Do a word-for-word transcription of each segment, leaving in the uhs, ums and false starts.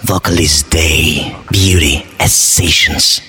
Vocalist Day, Beauty as Sessions.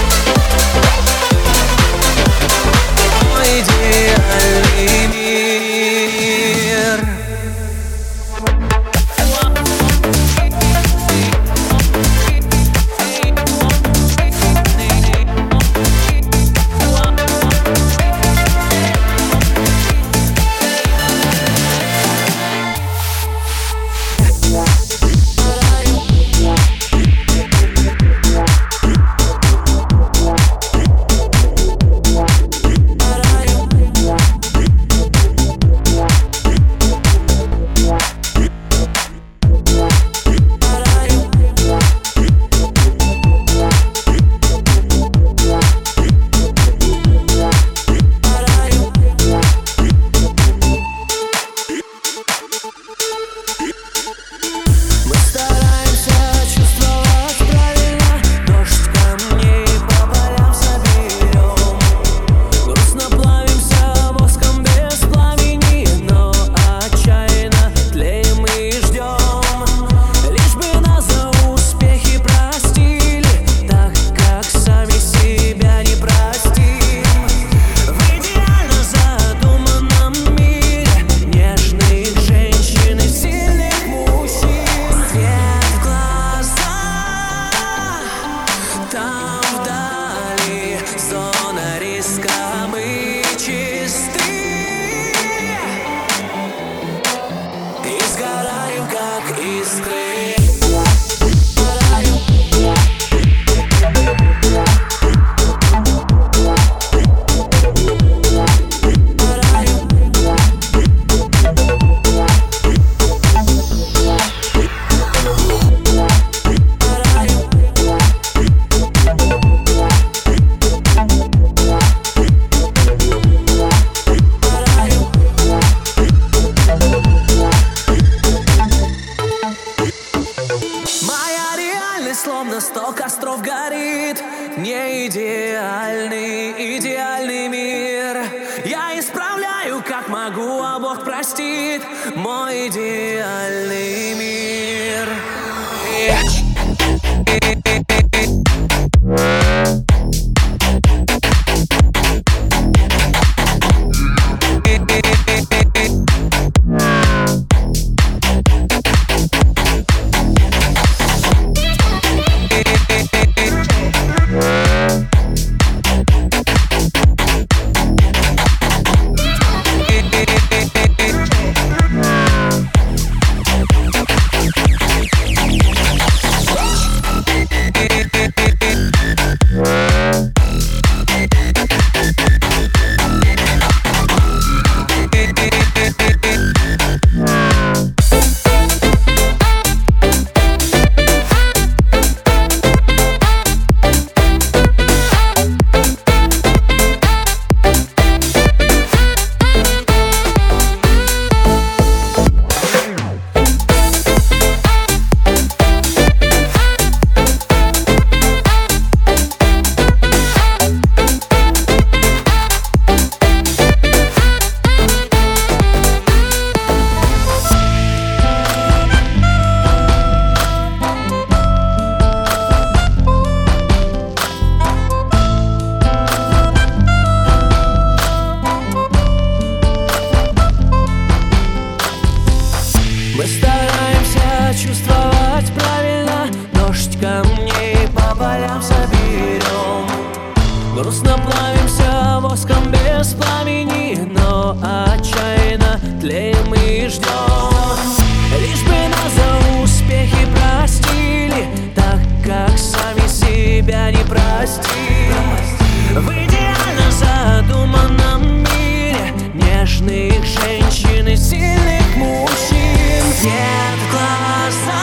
Идеальный мир. словно сто костров горит. Не идеальный, идеальный мир. Я исправляю, как могу, а Бог простит. Мой идеальный мир. Мы стараемся чувствовать правильно. Дождь камней по полям соберем. Грустно плавимся воском без пламени, но отчаянно тлеем и ждем. Лишь бы нас за успехи простили, так как сами себя не простили. В идеально задуманном мире нежных женщин и сильных мужчин нет глаза.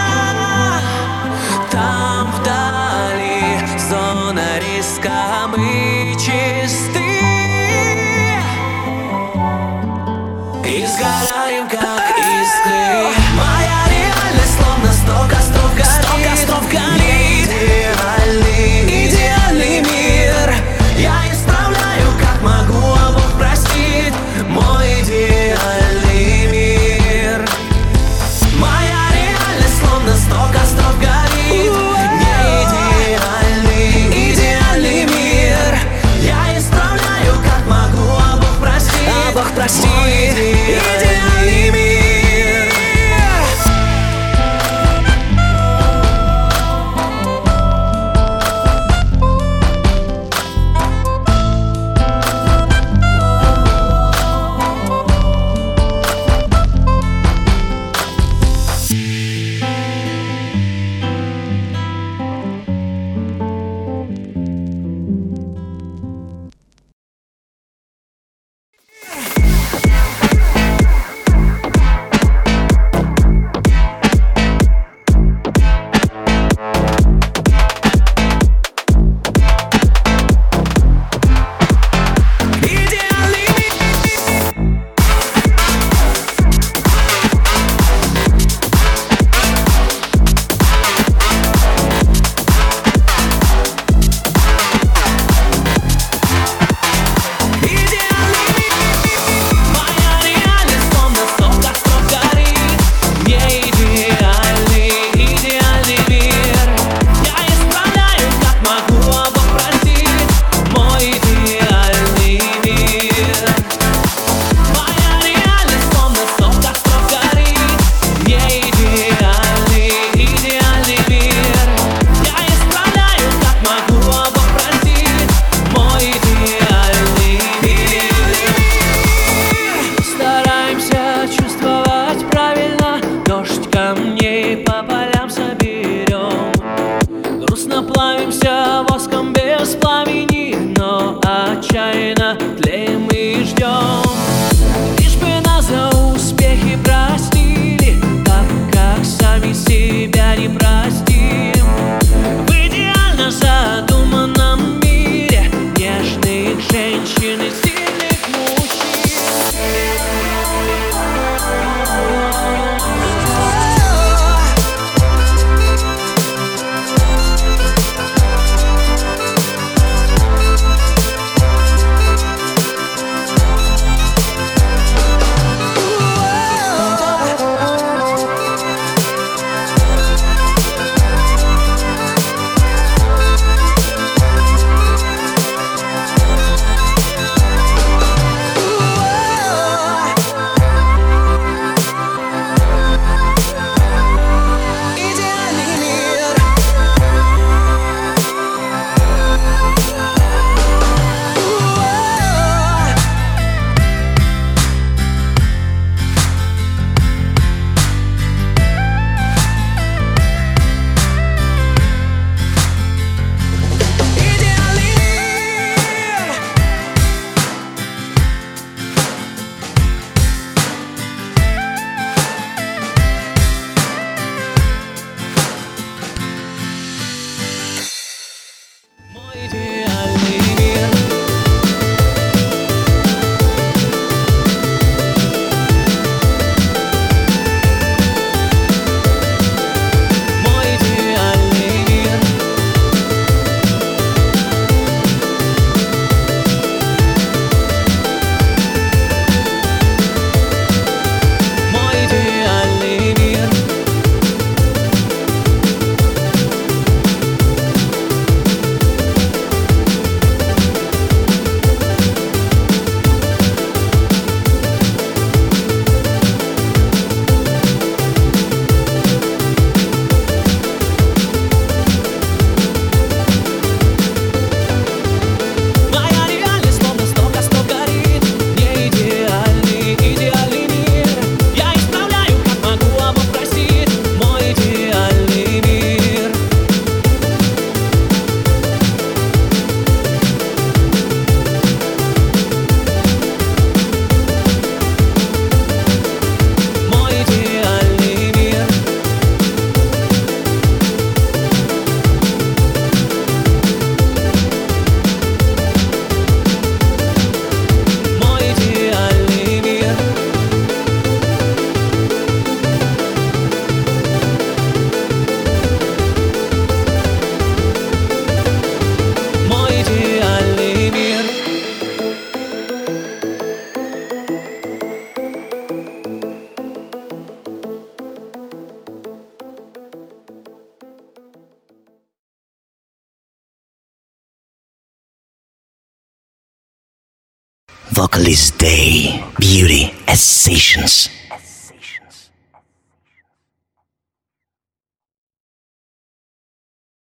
Там вдали зона риска, мы чисты и сгораем, как искры. Моя реальность словно сто костров горит. Сто костров горит. Идеальный, идеальный мир. Я исправляю, как могу, а Бог простит. Мой идеальный мир. Моя реальность словно сто костров горит. Не идеальный, идеальный мир. Я исправляю, как могу, а Бог простит. А Бог простит. Мой идеальный мир. отчаянно тлеем и ждем. Лишь бы нас за успехи простили, так как сами себя не простим. В идеально задуманном мире нежных женщин и сильных мужчин. Vocalist Day. Beauty as Sessions.